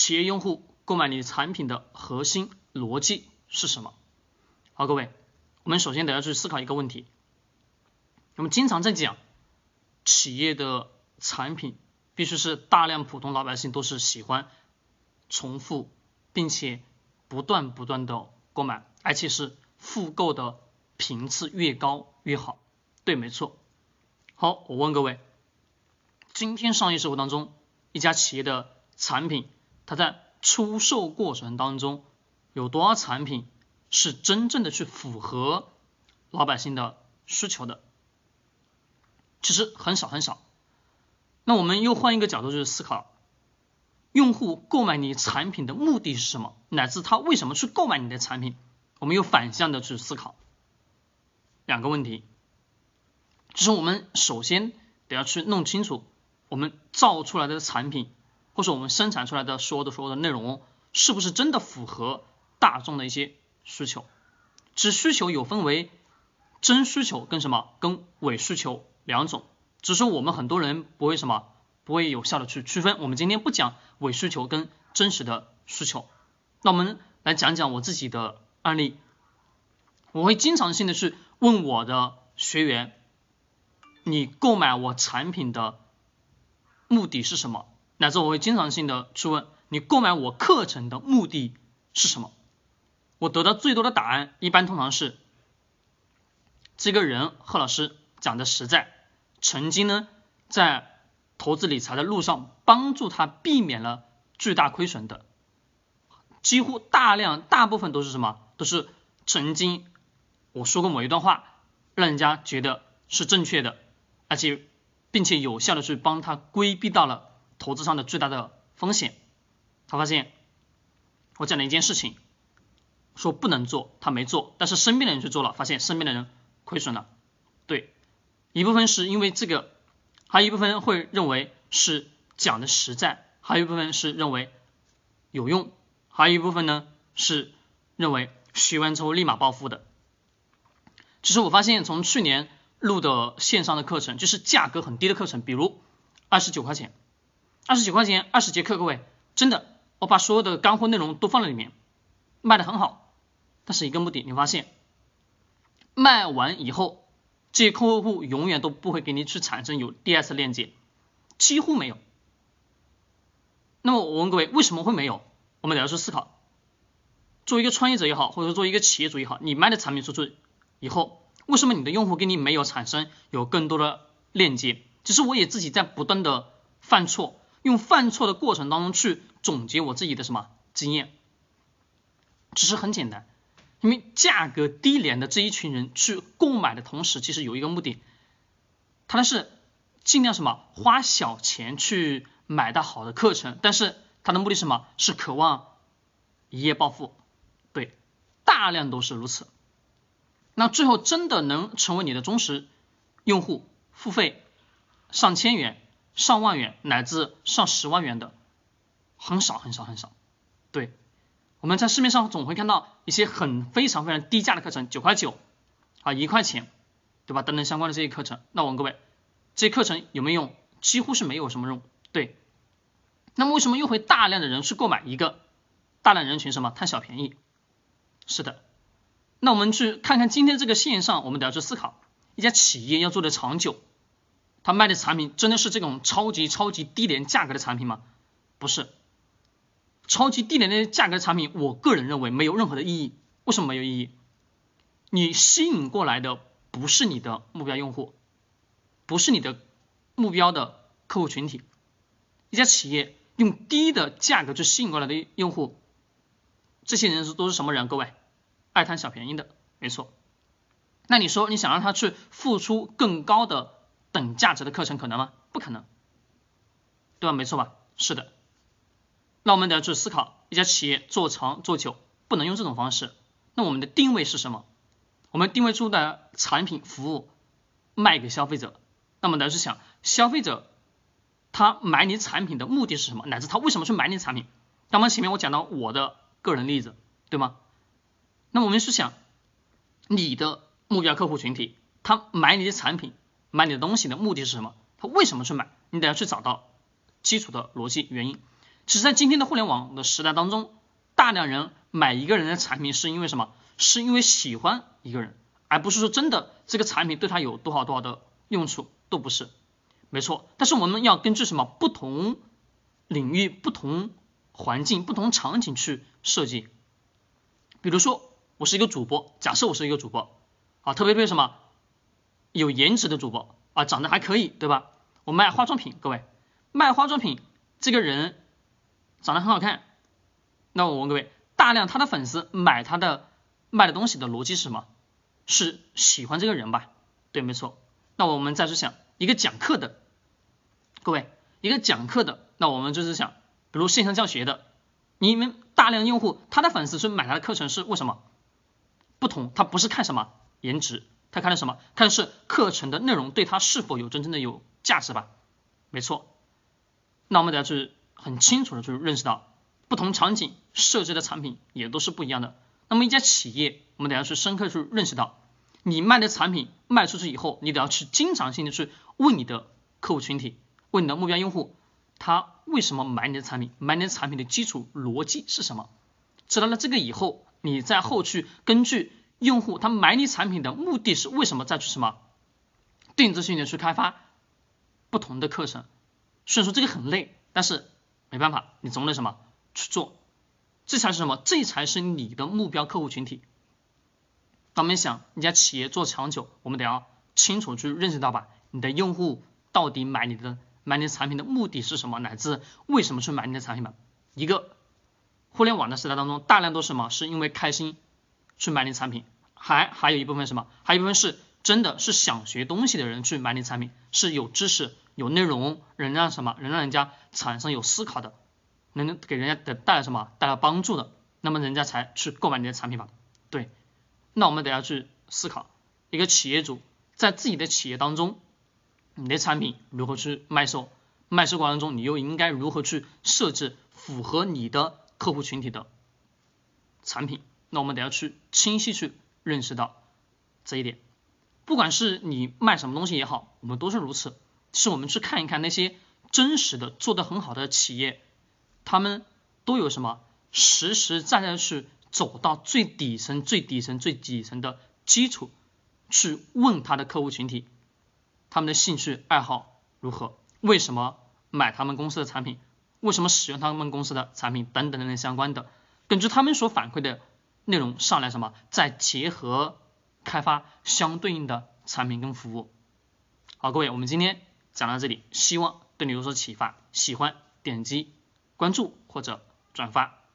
企业用户购买你产品的核心逻辑是什么？好，各位，我们首先得要去思考一个问题。我们经常在讲企业的产品必须是大量普通老百姓都是喜欢重复并且不断的购买，而且是复购的频次越高越好。对，没错。好，我问各位，今天商业社会当中，一家企业的产品，它在出售过程当中有多少产品是真正的去符合老百姓的需求的？其实很少很少。那我们又换一个角度去思考，用户购买你产品的目的是什么，乃至他为什么去购买你的产品，我们又反向的去思考两个问题。就是我们首先得要去弄清楚我们造出来的产品或者我们生产出来的所有的内容是不是真的符合大众的一些需求。只需求有分为真需求跟什么跟伪需求两种，只是我们很多人不会有效的去区分。我们今天不讲伪需求跟真实的需求。那我们来讲讲我自己的案例。我会经常性的去问我的学员，你购买我产品的目的是什么？乃至我会经常性的去问你购买我课程的目的是什么？我得到最多的答案一般通常是，这个人贺老师讲的实在，曾经呢在投资理财的路上帮助他避免了巨大亏损的，几乎大部分都是什么？都是曾经我说过某一段话让人家觉得是正确的，而且并且有效的去帮他规避到了投资上的巨大的风险。他发现我讲了一件事情说不能做，他没做，但是身边的人去做了，发现身边的人亏损了。对，一部分是因为这个，还有一部分会认为是讲的实在，还有一部分是认为有用，还有一部分呢是认为学完之后立马暴富的。其实我发现从去年录的线上的课程，就是价格很低的课程，比如29块钱，29块钱20节课，各位真的我把所有的干货内容都放在里面，卖得很好。但是一个目的，你发现卖完以后这些客户永远都不会给你去产生有第二次链接，几乎没有。那么我问各位，为什么会没有？我们得要去思考。作为一个创业者也好，或者作为一个企业主也好，你卖的产品出去以后，为什么你的用户跟你没有产生有更多的链接？其实我也自己在不断的犯错，用犯错的过程当中去总结我自己的经验。只是很简单，因为价格低廉的这一群人去购买的同时，其实有一个目的，他是尽量花小钱去买到好的课程，但是他的目的是是渴望一夜暴富。对，大量都是如此。那最后真的能成为你的忠实用户，付费上千元、上万元乃至上10万元的很少。对，我们在市面上总会看到一些非常低价的课程，9块9啊，1块钱，对吧？等等相关的这些课程。那我问各位，这些课程有没有用？几乎是没有什么用。对，那么为什么又会大量的人去购买？一个大量人群贪小便宜。是的。那我们去看看今天这个线上，我们得要去思考，一家企业要做的长久，他卖的产品真的是这种超级低廉价格的产品吗？不是。超级低廉的价格的产品，我个人认为没有任何的意义。为什么没有意义？你吸引过来的不是你的目标用户，不是你的目标的客户群体。一家企业用低的价格去吸引过来的用户，这些人都是什么人？各位，爱贪小便宜的，没错。那你说你想让他去付出更高的等价值的课程，可能吗？不可能，对吧？没错吧？是的。那我们得要去思考，一家企业做长做久不能用这种方式。那我们的定位是什么？我们定位出的产品服务卖给消费者，那么得要去想，消费者他买你产品的目的是什么，乃至他为什么去买你产品。刚刚前面我讲到我的个人例子，对吗？那我们去想你的目标客户群体，他买你的产品买你的东西的目的是什么，他为什么去买，你得要去找到基础的逻辑原因。 其实在今天的互联网的时代当中，大量人买一个人的产品是因为什么？是因为喜欢一个人，而不是说真的这个产品对他有多少的用处，都不是。没错，但是我们要根据什么不同领域、不同环境、不同场景去设计。比如说我是一个主播，假设我是一个主播啊，特别什么有颜值的主播啊，长得还可以，对吧？我卖化妆品，各位卖化妆品，这个人长得很好看，那我问各位，大量他的粉丝买他的卖的东西的逻辑是什么？是喜欢这个人吧？对，没错。那我们再去想一个讲课的，各位一个讲课的，那我们就是想，比如线上教学的，你们大量用户他的粉丝去买他的课程是为什么？不同，他不是看什么颜值，他看的什么？看的是课程的内容对他是否有真正的有价值吧？没错。那我们得要去很清楚的去认识到，不同场景设计的产品也都是不一样的。那么一家企业，我们得要去深刻去认识到，你卖的产品卖出去以后，你得要去经常性的去问你的客户群体，问你的目标用户，他为什么买你的产品？买你的产品的基础逻辑是什么？知道了这个以后，你在后续根据用户他买你产品的目的是为什么，再去什么定制性的去开发不同的课程。虽然说这个很累，但是没办法，你总得什么去做，这才是什么？这才是你的目标客户群体。那我们想一家企业做长久，我们得要清楚去认识到吧，你的用户到底买你的产品的目的是什么，乃至为什么去买你的产品吧。一个互联网的时代当中，大量都是什么？是因为开心去买你的产品，还有一部分什么？还有一部分是真的是想学东西的人去买你的产品，是有知识有内容，能让人家产生有思考的，能给人家带来什么？带来帮助的，那么人家才去购买你的产品吧。对，那我们得要去思考，一个企业主在自己的企业当中，你的产品如何去卖售，卖售过程中你又应该如何去设置符合你的客户群体的产品，那我们得要去清晰去认识到这一点。不管是你卖什么东西也好，我们都是如此，是我们去看一看那些真实的做得很好的企业，他们都有什么实实在在去走到最底层的基础，去问他的客户群体，他们的兴趣爱好如何，为什么买他们公司的产品，为什么使用他们公司的产品等等相关的，根据他们所反馈的内容上来什么，再结合开发相对应的产品跟服务。好，各位，我们今天讲到这里，希望对你有所启发，喜欢点击关注或者转发。